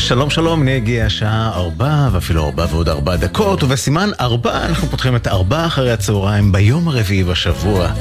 שלום שלום, נגיע השעה 4 ואפילו 4 ועוד 4 דקות, ובסימן 4 אנחנו פותחים את 4 אחרי הצהריים ביום הרביעי בשבוע.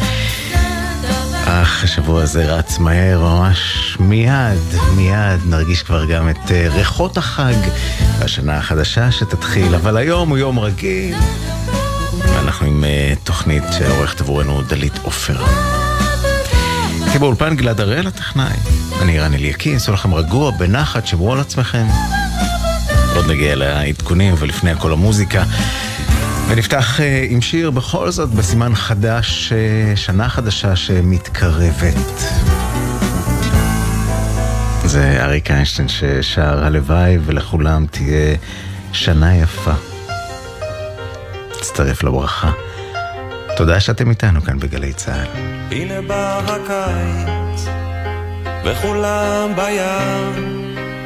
השבוע הזה רץ מהר, ממש מיד נרגיש כבר גם את ריחות החג והשנה החדשה שתתחיל, אבל היום הוא יום רגיל ואנחנו עם תוכנית שעורכת עבורנו דלית עופר. כי באולפן גלעד הראל הטכנאי, אני רן אליקים, עשו לכם רגוע בנחת, שמרו על עצמכם. עוד נגיע לעדכונים ולפני הכל המוזיקה, ונפתח עם שיר בכל זאת בסימן חדש, שנה חדשה שמתקרבת. זה אריק איינשטיין ששר הלוואי ולכולם תהיה שנה יפה. תצטרף לברכה. תודה שאתם איתנו כאן בגלי צהל. הנה בא הקיץ וכולם בים,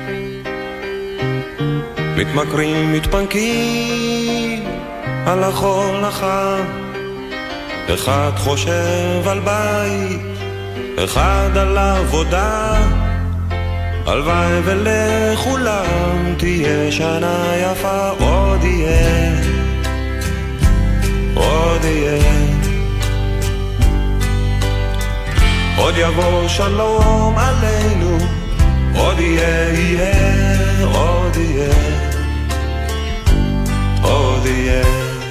מתמכרים מתפנקים על החול החם, אחד חושב על בית, אחד על עבודה, הלוואי ולכולם תהיה שנה יפה. עוד יהיה, עוד יהיה, עוד יבוא שלום עלינו, עוד יהיה, עוד יהיה, עוד יהיה.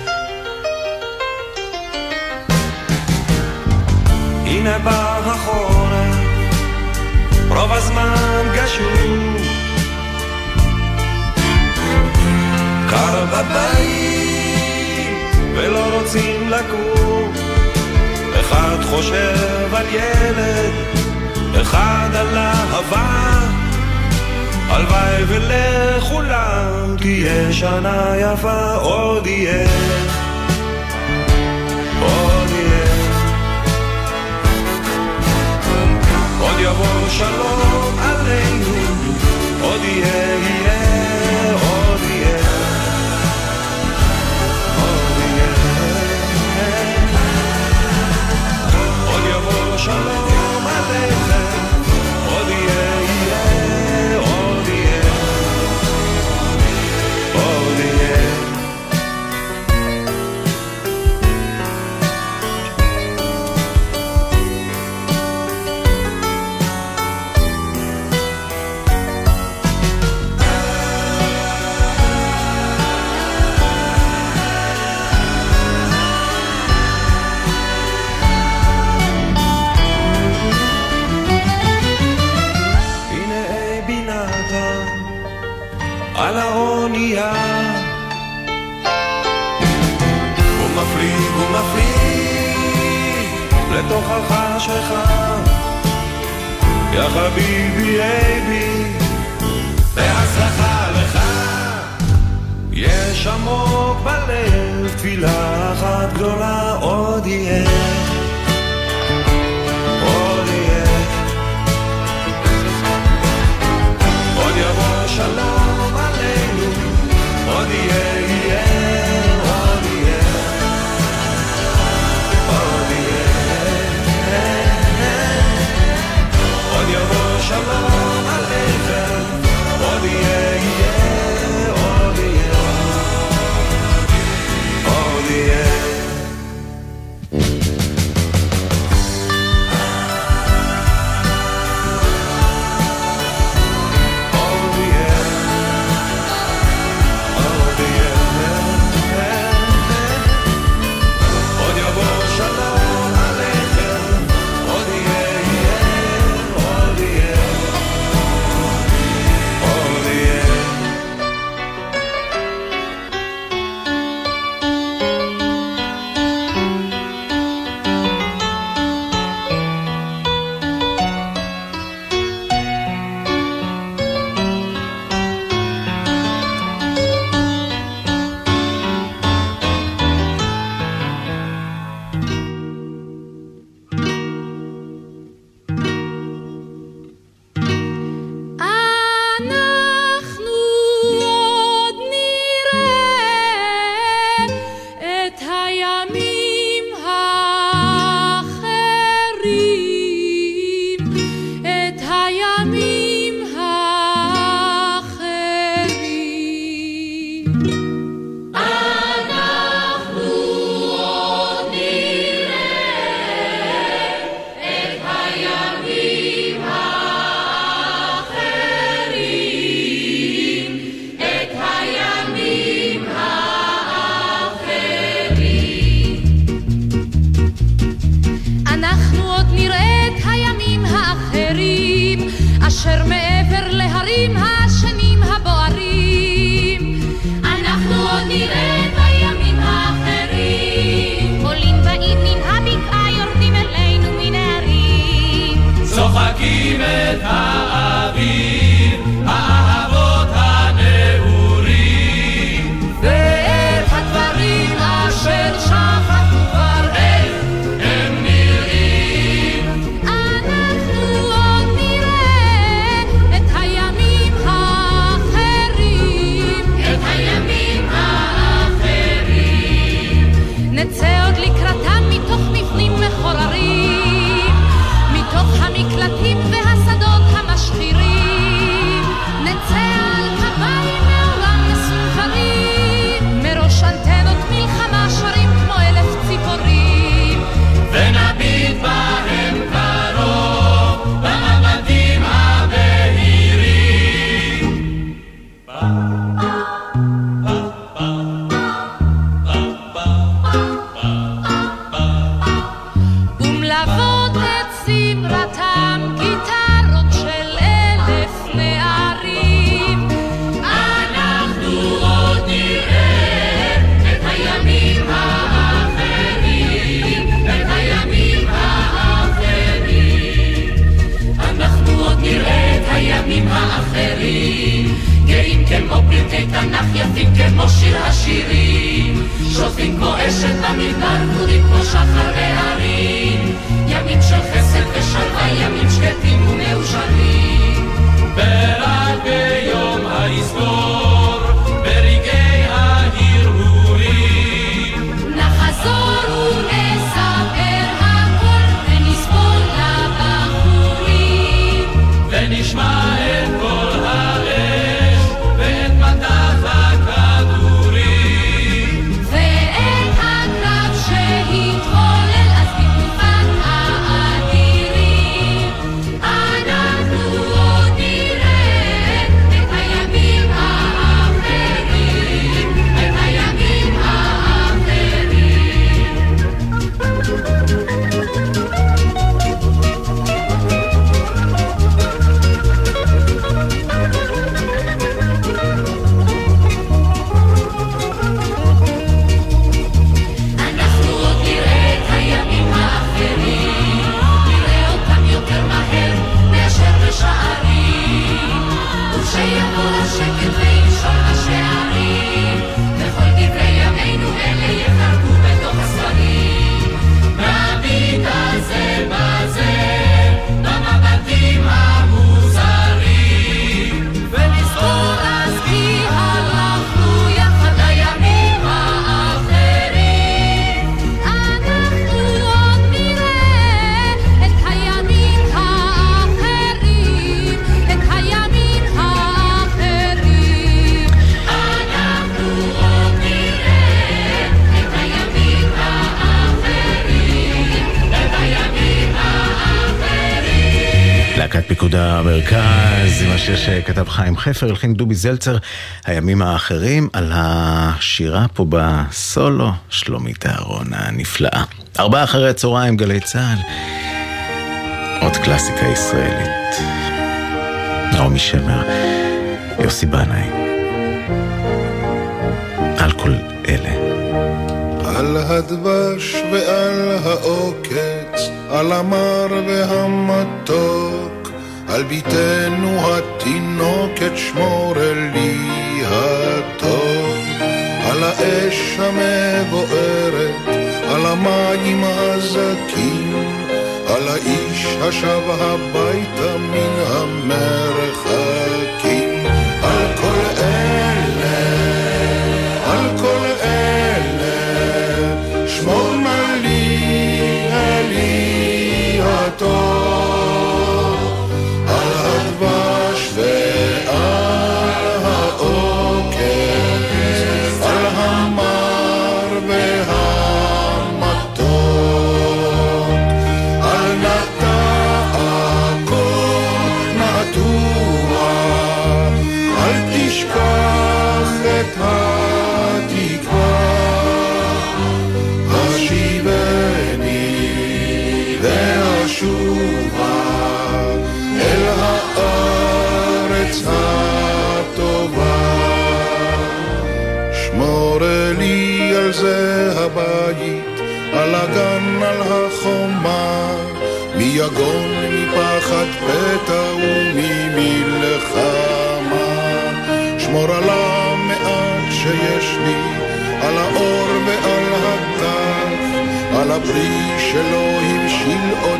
הנה בא החורף, רוב הזמן גשום, קר בבית ולא רוצים לקום, אחד חושב על ילד, אחד על אהבה, הלוואי ולכולם תהיה שנה יפה. עוד יהיה, עוד יהיה, עוד יבוא שלום עלינו, עוד יהיה, עוד יהיה, שלום עליכם, עוד יהיה, עוד יהיה, עוד יהיה. על האונייה הוא מפליג לתוך החשכה, יא חביבי אייבי בהצלחה לך. יש עמוק בלב תפילה אחת גדולה, עוד יהיה, עוד יהיה, עוד יבוא שלום עלינו, עוד יהיה, עוד יהיה, עוד יהיה, עוד יבוא שלום עליכם, עוד יהיה, עוד יהיה, עוד יהיה. נצא עוד לקראתם מתוך מבנים מחוררים, מתוך המקלטים והשדות המשחירים, נצא על קביים מעולם מסונכרים, מראש אנטנות מלחמה שרים כמו 1000 ציפורים, ונביט בהם קרוב במבטים הבהירים. ומלוות את סמרתם גיטרות של 1000 נערים, אנחנו עוד נראה את הימים האחרים, את הימים האחרים. אנחנו עוד נראה את הימים האחרים, גאים כמו פרקי תנ"ך, יפים כמו שיר השירים, שוטים כמו אשת במדבר, גדולים כמו שחר בהרים, ימים של חסד ושלווה, ימים שקטים ומאושרים. ורק ביום היסבור, ברגעי ההרהורים, נחזור ונספר הכל ונסבול לבחורים, ונשמע את כל האש ואת מטח הכדורים, ואת הקרב שהתחולל אז בתקופת האדירים. אנחנו עוד נראה את הימים האחרים, את הימים האחרים. אנחנו עוד נראה את הימים האחרים, נראה אותם יותר מהר מאשר בשערים, וכשיבוא השקט וינשור השערים, וכל דברי ימינו אלה יחרקו בתוך הספרים. נביט על זה בזה במבטים המוזרים, ונזכור אז כי הלכנו יחד הימים האחרים. אנחנו עוד נראה את הימים האחרים, את הימים האחרים. אנחנו עוד נראה את הימים האחרים, את הימים האחרים. להקת פיקוד המרכז עם השיר שכתב חיים חפר, הלחין דובי זלצר, הימים האחרים. על השירה פה בסולו שלומית אהרון הנפלאה. 4 אחרי הצהריים, גלי צהל, עוד קלאסיקה ישראלית. נעמי שמר, יוסי בנאי, על כל אלה. על הדבש ועל העוקץ, על המר והמתוק, על ביתנו התינוקת שמור לי הטוב, על האש המבוערת, על המים הזקים, על האיש השב הביתה מן המרחקים. על כל אלה, על כל אלה, שמור נא לי אלי הטוב, על הדבש ועל העוקץ, על המר והמתוק, על נטע הכל נטוע, אל תשכח את התקווה, השיבני והשובה אל הארץ הטובה. שמור לי על זה הבית, על הגן, על החומה, מיגון, מפחד פתע וממלחמה. שמור על המעט שיש לי, על האור ועל הטף, על הפרי שלא הבשיל עוד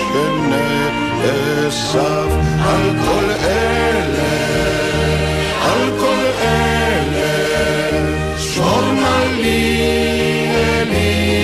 ושנאסף. על כל אלה, על כל אלה, שמור נא לי אלי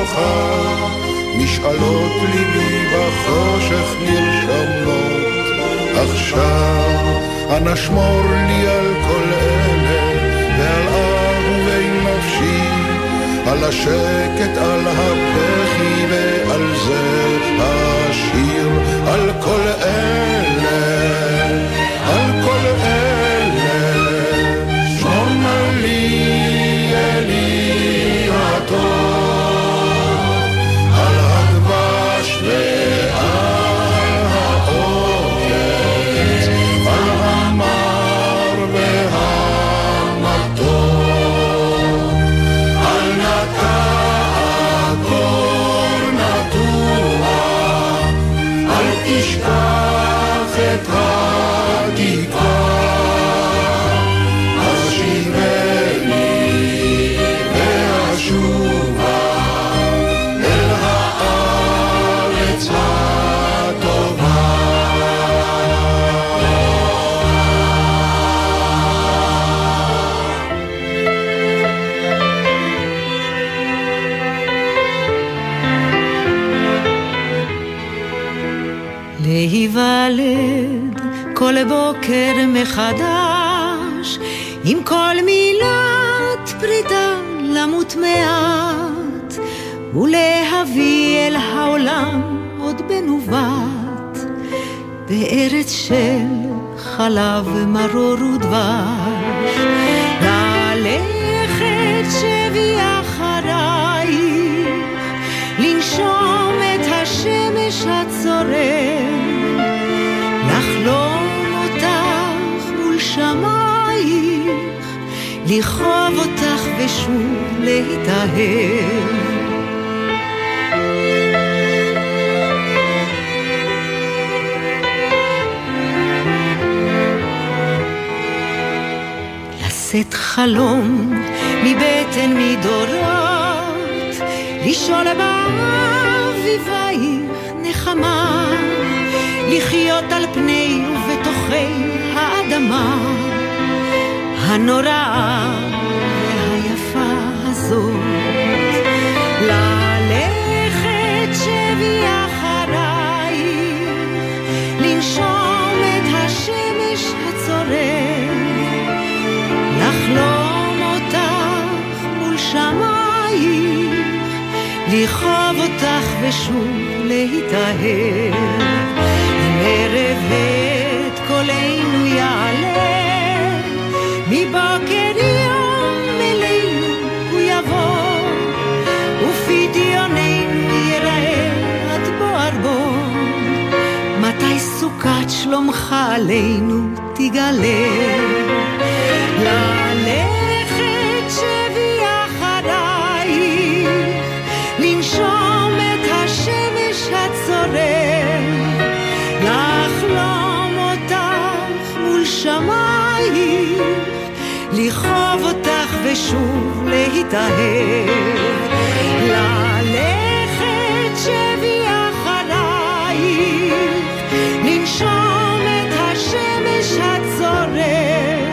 בתוכה, משאלות ליבי בחושך נרשמות. עכשיו אנא שמור לי על כל אלה ועל אהובי נפשי, על השקט, על הבכי ועל זה השיר, על כל אלה, על כל אלה, שמור נא לי אלי הטוב, על הדבש ועל העוקץ, על המר והמתוק, על נטע קור נטוע, אל תשכח את הדיקה, אז שיבני והשובה אל הארץ הטובה. להיוולד כל בוקר מחדש, עם כל מילת פרידה למות מעט, ולהביא אל העולם עוד בנובת, בארץ של חלב מרור ודבש. ללכת שבי אחרייך, לנשום את השמש הצורר, לחלום אותך מול שמייך, לכאוב אותך ושוב להתאהב. לשאת חלום מבטן מדורות, לשאול באביבייך נחמה, לחיות על פני ובתוכי האדמה הנוראה והיפה הזאת. ללכת שבי אחרייך, לנשום את השמש הצורר, לחלום אותך מול שמייך, לכאוב אותך ושוב להתאהב. ערב את קולנו יעלה, מבוקר יום אלינו הוא יבוא, ופדיוננו ייראה עד בוער בו. מתי סוכת שלומך עלינו תגלה? ללכת שבי אחרייך, לנשום את השמש הצורר, לחלום אותך מול שמייך, לכאוב אותך ושוב להתאהב. ללכת שבי אחרייך, לנשום את השמש הצורר,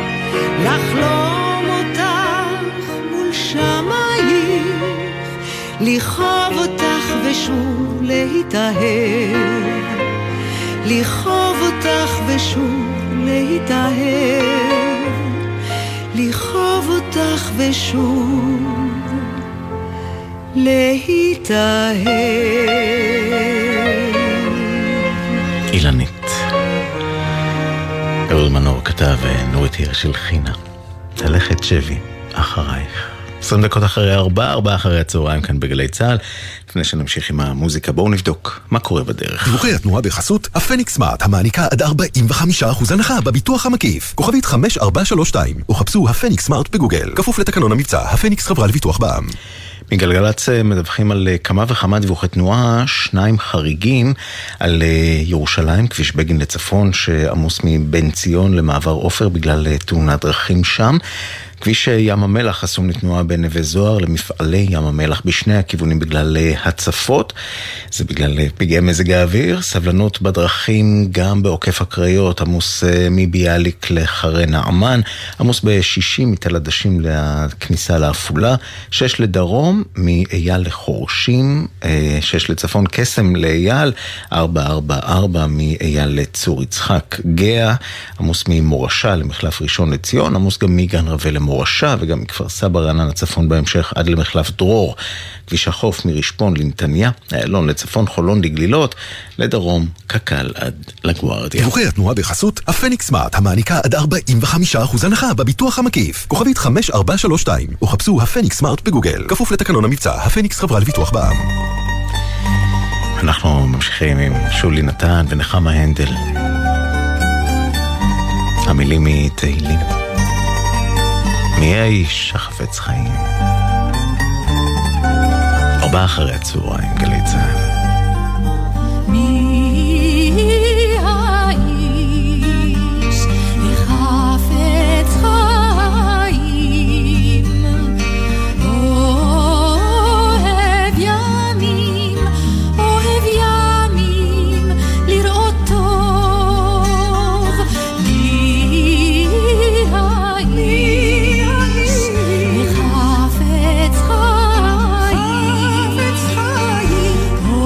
לחלום אותך מול שמייך, לכאוב אותך ושוב להתאהב, לכאוב אותך ושוב להתאהב, לכאוב אותך ושוב להתאהב. אילנית. אהוד מנור כתב נורית הירש של חינה. ללכת שבי אחרייך. 20 דקות אחרי 4 אחרי הצהריים כאן בגלי צהל. לפני שנמשיך עם המוזיקה, בואו נבדוק מה קורה בדרך. דיווחי התנועה בחסות הפניקס סמארט, המעניקה עד 45% הנחה בביטוח המקיף. כוכבית 5432, או חפשו הפניקס סמארט בגוגל. כפוף לתקנון המבצע, הפניקס חברה לביטוח בע"מ. מגלגלצ מדווחים על כמה וכמה דיווחי תנועה, 2 חריגים על ירושלים, כביש בגין לצפון, שעמוס מבן ציון למעבר עופר בגלל תאונת דרכים שם. כביש ים המלח חסום לתנועה בין נווה זוהר למפעלי ים המלח בשני הכיוונים בגלל הצפות. זה בגלל פגעי מזג האוויר. סבלנות בדרכים גם בעוקף הקריות, עמוס מביאליק לחרי נעמן, עמוס ב-60 מתל עדשים לכניסה לעפולה, 6 לדרום מאייל לחורשים, 6 לצפון קסם לאייל, 444 מאייל לצור יצחק גאה, עמוס ממורשה למחלף ראשון לציון, עמוס גם מגן רווה למורשה וגם מכפר סבא רעננה לצפון בהמשך עד למחלף דרור. כביש החוף מרשפון לנתניה, איילון לצפון חולון לגלילות, לדרום קקל עד לגוארדיה. דיווחי התנועה בחסות הפניקס סמארט, המעניקה עד 45% הנחה בביטוח המקיף. כוכבית 5432 או חפשו הפניקס סמארט בגוגל. כפוף לתקנון המבצע, הפניקס חברה לביטוח בע"מ. אנחנו ממשיכים עם שולי נתן ונחמה הנדל. המילים מתהילים. מי האיש החפץ חיים? 4 אחרי הצהריים, גלי צהל. מי האיש החפץ חיים? אוהב ימים לראות טוב. מי האיש החפץ חיים?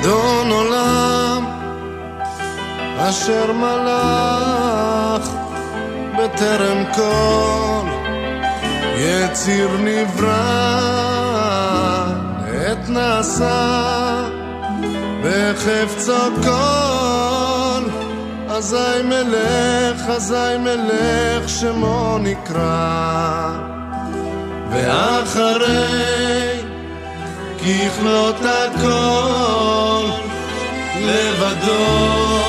אדון עולם אשר מלך בטרם כל יציר נברא עת נעשה בחפצו כל אזי מלך שמו נקרא ואחרי ככלות הכל לבדו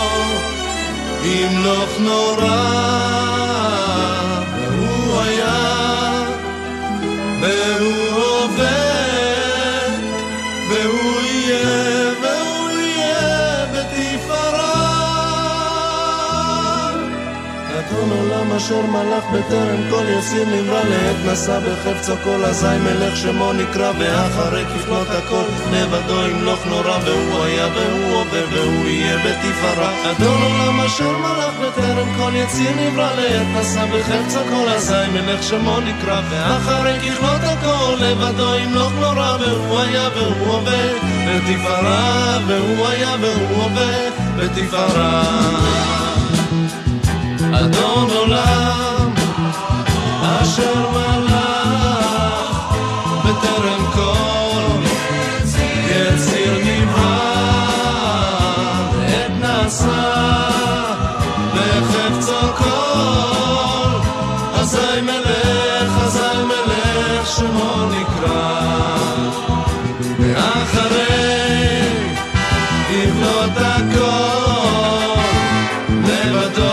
ימלוך נורא והוא היה והוא הווה והוא יהיה בתפארה אדון עולם אשר מלך בטרם כל יסיר נברא לעת נשא בחפצו כל אזי מלך שמו נקרא ואחרי ככלות הכל לבדו ימלוך נורא והוא היה והוא הווה והוא יהיה בתפארה אדון עולם אשר מלך בטרם כל יסיר נברא לעת נשא בחפצו כל אזי מלך שמו נקרא ואחרי ככלות הכל לבדו ימלוך נורא והוא היה והוא הווה בתפארה והוא היה והוא הווה בתפארה אדון עולם אשר מלך בטרם כל יציר נברא עת נעשה בחפצו כל אזי מלך שמו נקרא ואחרי יבלוט הכל לבדו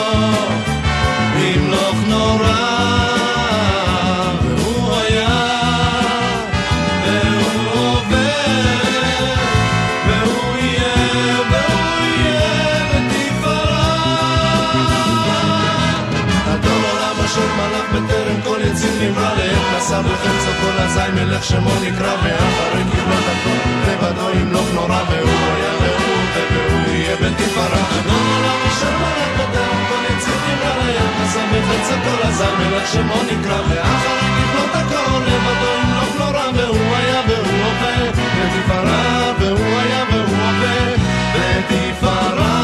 בחפצו כל אזי מלך שמו נקרא ואחרי ככלות הכל לבדו ימלוך נורא והוא היה והוא יהיה בתפארה אדון עולם אשר מלך בטרם כל יציר נברא לעת נשא בחפצו כל אזי מלך שמו נקרא ואחרי ככלות הכל לבדו ימלוך נורא והוא היה והוא הווה בתפארה והוא היה והוא הווה בתפארה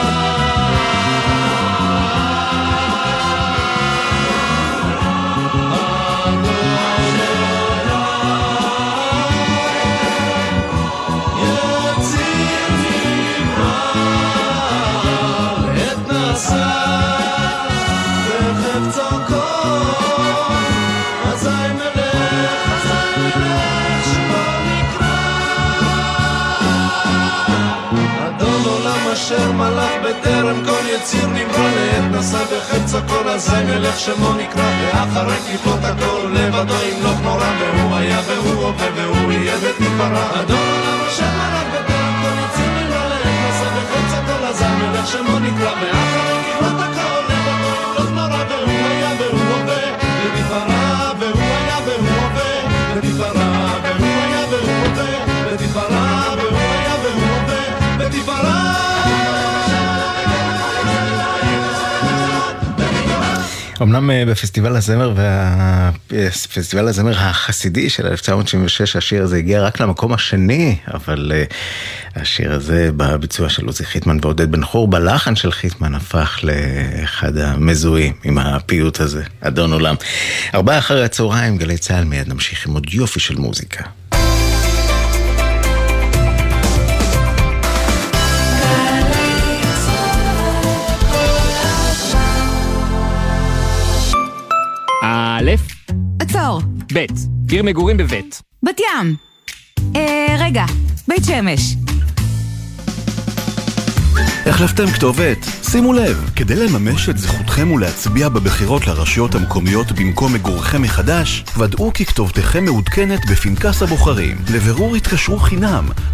אשר מלך בטרם כל יציר נברא לעת נשא בחפצו כל אזי מלך שמו נקרא ואחרי ככלות הכל לבדו ימלוך נורא והוא היה והוא הווה והוא יהיה בתפארה אדון עולם אשר מלך בטרם כל יציר נברא לעת נשא בחפצו כל אזי מלך שמו נקרא ואחרי ככלות הכל לבדו ימלוך נורא והוא היה והוא הווה בתפארה והוא היה והוא הווה בתפארה והוא היה והוא הווה בתפארה והוא היה והוא הווה בתפארה אמנם בפסטיבל הזמר פסטיבל הזמר החסידי של 1976 השיר הזה הגיע רק למקום השני, אבל השיר הזה בביצוע של עוזי חיטמן ועודד בן חור בלחן של חיטמן הפך לאחד המזוהים עם הפיוט הזה, אדון עולם. 4 אחרי הצהריים, גלי צהל, מיד נמשיך עם עוד יופי של מוזיקה. א', עצור. ב', עיר מגורים בבית. בת ים. רגע, בית שמש. החלפתם כתובת? שימו לב, כדי לממש את זכותכם ולהצביע בבחירות לרשויות המקומיות במקום מגורכם מחדש, ודאו כי כתובתכם מעודכנת בפנקס הבוחרים. לבירור התקשרו חינם 1-800-101-975.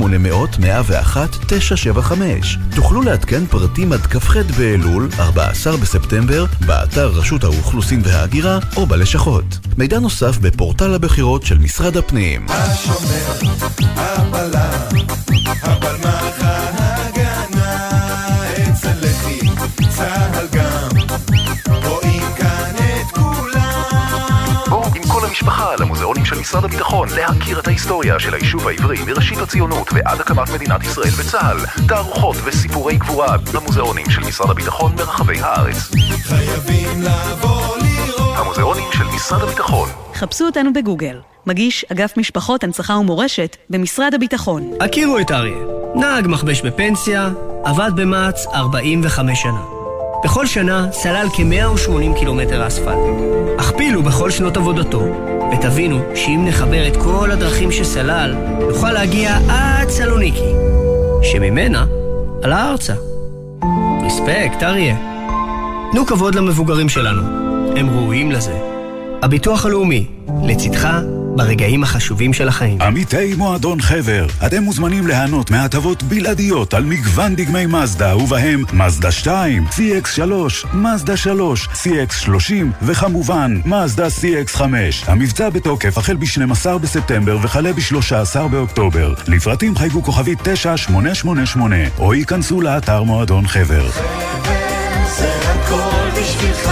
תוכלו לעדכן פרטים עד כ"ח באלול, 14 בספטמבר, באתר רשות האוכלוסין וההגירה או בלשכות. מידע נוסף בפורטל הבחירות של משרד הפנים. השומר, הבלם, הבלמח ההגנה, אצלכי צהל גם, רואים כאן את כולם. בואו עם כל המשפחה למוזיאונים של משרד הביטחון להכיר את ההיסטוריה של היישוב העברי מראשית הציונות ועד הקמת מדינת ישראל וצה"ל. תערוכות וסיפורי גבורה במוזיאונים של משרד הביטחון ברחבי הארץ. חייבים לבוא לראות. המוזיאונים של משרד הביטחון. חפשו אותנו בגוגל. מגיש אגף משפחות, הנצחה ומורשת במשרד הביטחון. הכירו את אריה. נהג מכבש בפנסיה, עבד במעץ 45 שנה. בכל שנה סלל כ-180 קילומטר אספלט. הכפילו בכל שנות עבודתו, ותבינו שאם נחבר את כל הדרכים שסלל, נוכל להגיע עד סלוניקי, שממנה על הארצה. רספקט, אריה. תנו כבוד למבוגרים שלנו. הם ראויים לזה. הביטוח הלאומי, לצדך ברגעים החשובים של החיים. עמיתי מועדון חבר, אתם מוזמנים ליהנות מהטבות בלעדיות על מגוון דגמי מזדה, ובהם מזדה 2, CX3, מזדה 3, CX30 וכמובן מזדה CX5. המבצע בתוקף החל ב-12 בספטמבר וחלה ב-13 באוקטובר. לפרטים חייגו כוכבית 9888 או ייכנסו לאתר מועדון חבר. חבר זה הכל בשבילך.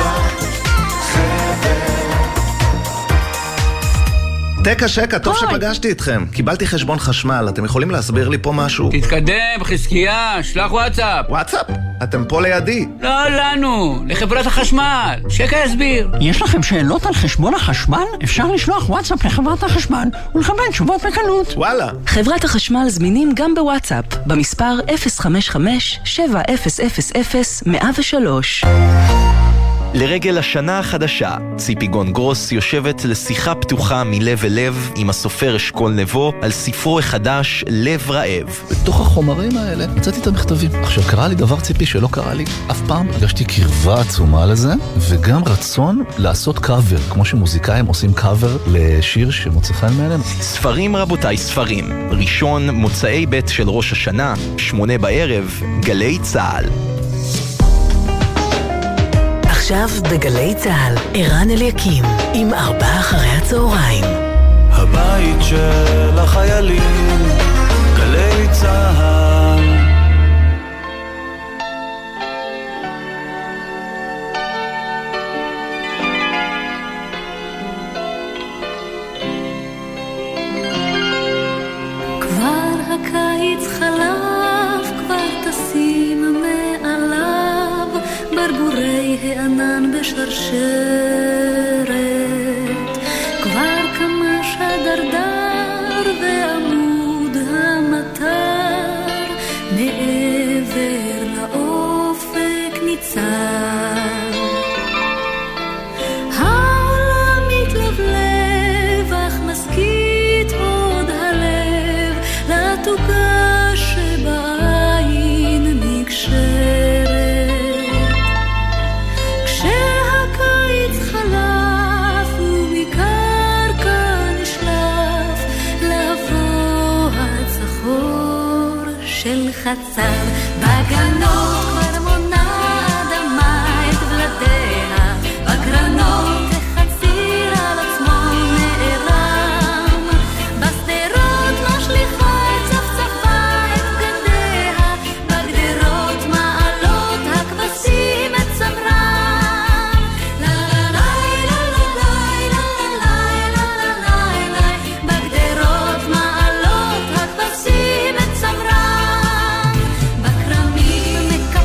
תקה שקה, טוב שפגשתי אתכם. קיבלתי חשבון חשמל, אתם יכולים להסביר לי פה משהו? תתקדם, חזקיה, שלח וואטסאפ. וואטסאפ? אתם פה לידי. לא לנו, לחברת החשמל. שקה יסביר. יש לכם שאלות על חשבון החשמל? אפשר לשלוח וואטסאפ לחברת החשמל ולקבל תשובות בקלות. וואלה. חברת החשמל זמינים גם בוואטסאפ, במספר 055-7000-103. לרגל השנה החדשה, ציפי גון גרוס יושבת לשיחה פתוחה מלב אל לב עם הסופר אשכול נבו על ספרו החדש לב רעב. בתוך החומרים האלה מצאתי את המכתבים. עכשיו קרה לי דבר ציפי שלא קרה לי אף פעם. הרגשתי קרבה עצומה לזה, וגם רצון לעשות קאבר, כמו שמוזיקאים עושים קאבר לשיר שמוצא חן מעליהם. ספרים רבותיי, ספרים. ראשון מוצאי בית של ראש השנה, 8 בערב, גלי צהל. עכשיו בגלי צהל, ערן אליקים, עם 4 אחרי הצהריים. הבית של החיילים, גלי צהל. כבר הקיץ חלף, כבר תשים מעליו ברבורי הענן בשרשרת. כבר כמה שדרדר ועמוד המטר מעבר לאופק ניצב. העולם מתלבלב אך מסכית עוד הלב לתוקה שבעין נקשרת. כשהקיץ חלף ומקרקע נשלף לבוא הצחור של חצר. בגנות כבר מונה אדמה את ולדיה, בקרנות החציר על עצמו נערם, בשדרות משליחה את צפצפה את בגדיה, בגדרות מעלות הכבשים את צמרם. בגדרות מעלות הכבשים את צמרם, בכרמים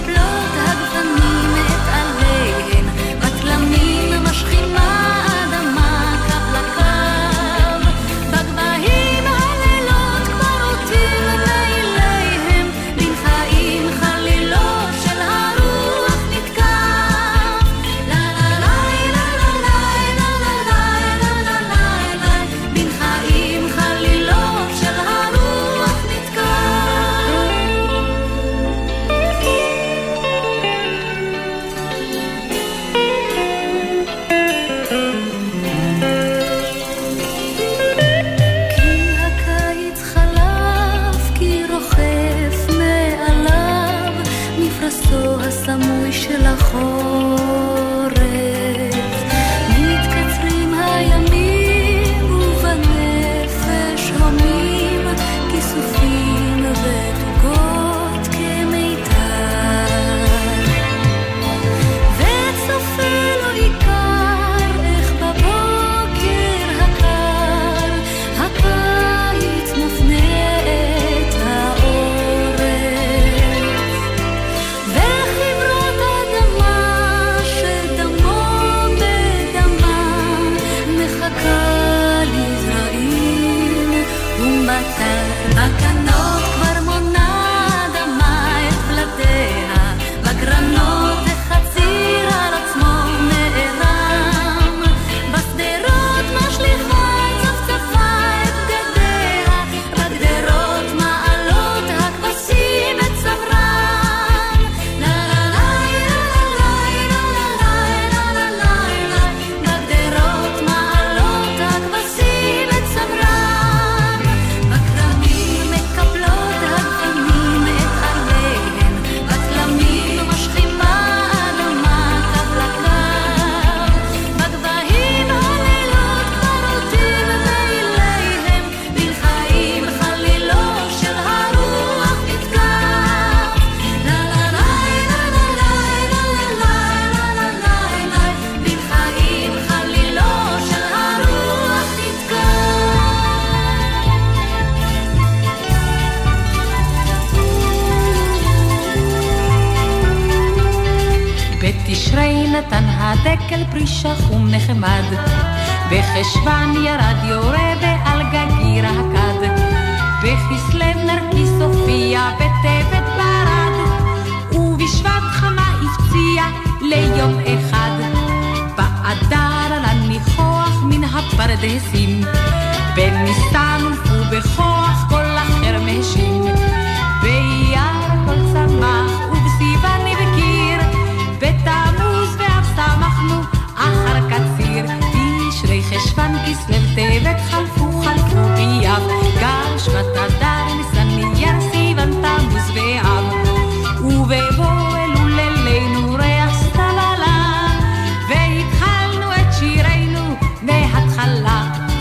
נתן הדקל פרישה חום נחמד, בחשבן ירד יורה ועל גגיר הקד, בכסלו נרקיס הופיע בטבת ברד, ובשבט חמה הפציע ליום אחד, באדר על הניחוח מן הפרדסים, בניסן ובכוח כל החרמשים, ביער כל צמח ובסיוון נבקיר, בתמוז ואף שמחנו אחר קציר, תשרי חשבן כסלו טבת חלפו ביעב, גם שבת אדר ניסן אייר סיוון תמוז ואב, ובבוא אלו לילינו ריח סתיו עלה, והתחלנו את שירנו מההתחלה.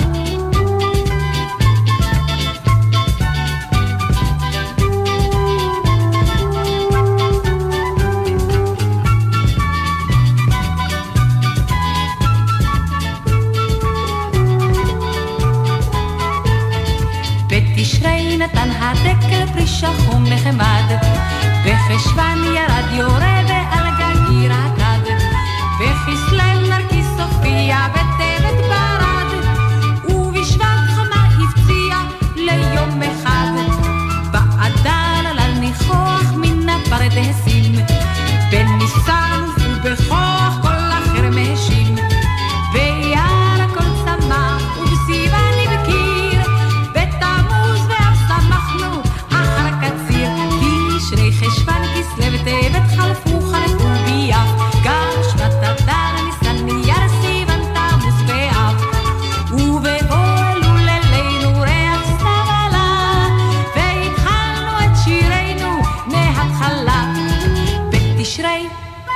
בתשרי נתן הדקל פרישה חום נחמד, בחשבן ירד יורה ועל גגיר הקד, בכסלו נרקיס הופיע בטבת ברד, ובשבט חמה הפציע ליום אחד, באדר על הניחוח מן הפרדסים, בניסן ובכוח כל החרמשים, ביער הכל צמח ובסיוון נבקיר, בתמוז ואף שמחנו אחר קציר, תשרי חשבן כסלו טבת חלפו ביעב, גם שבת אדר ניסן אייר סיוון תמוז ואב, ובבוא אלו לילינו ריח סתיו עלה, והתחלנו את שירנו מההתחלה. בתשרי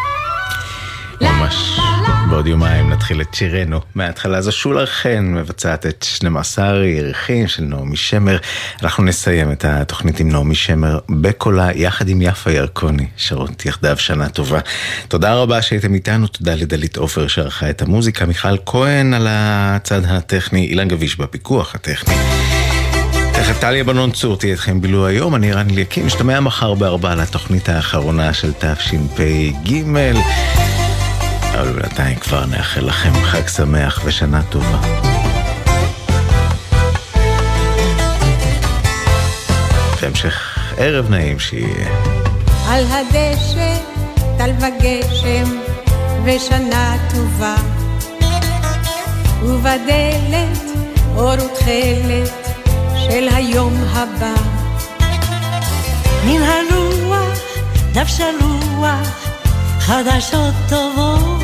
ממש בעוד יומיים נתחיל את שירנו מההתחלה. זו שולה חן מבצעת את 12 ירחים של נעמי שמר. אנחנו נסיים את התוכנית עם נעמי שמר בקולה יחד עם יפה ירקוני, שרות יחדיו שנה טובה. תודה רבה שהייתם איתנו, תודה לדלית עופר שערכה את המוזיקה, מיכל כהן על הצד הטכני, אילן גביש בפיקוח הטכני. תכף טליה בנון צור תהיה אתכם בילו היום. אני רן אליקים, משתמע מחר ב4 לתוכנית האחרונה של תשפ"ג, אבל בינתיים כבר נאחל לכם חג שמח ושנה טובה. והמשך ערב נעים שיהיה. על הדשא טל וגשם ושנה טובה, ובדלת אור ותכלת של היום הבא. מן הרוח דבשה רוח חדשות טובות,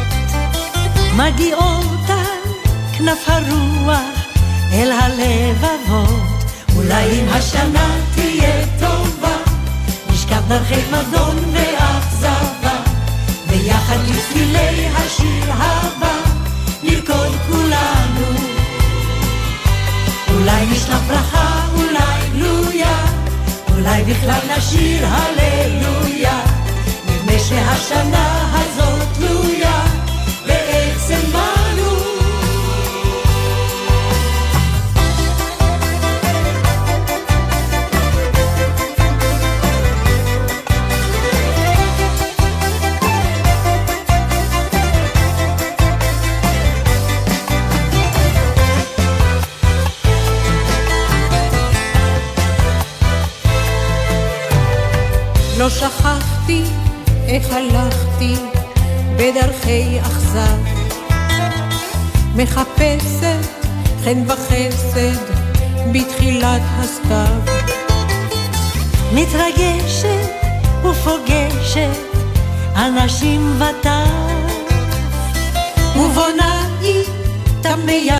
מגיעות על כנף הרוח אל הלבבות. אולי אם השנה תהיה טובה, נשכב דרכי מדון ואכזבה, ויחד לצלילי השיר הבא נרקוד כולנו. אולי נשלח ברכה, אולי גלויה, אולי בכלל נשיר הללויה. נדמה שהשנה הזאת תלויה בעצם בנו. לא שכחתי איך הלכתי בדרכי אכזב, מחפשת חן וחסד בתחילת הסתיו, מתרגשת ופוגשת אנשים וטף, ובונה איתם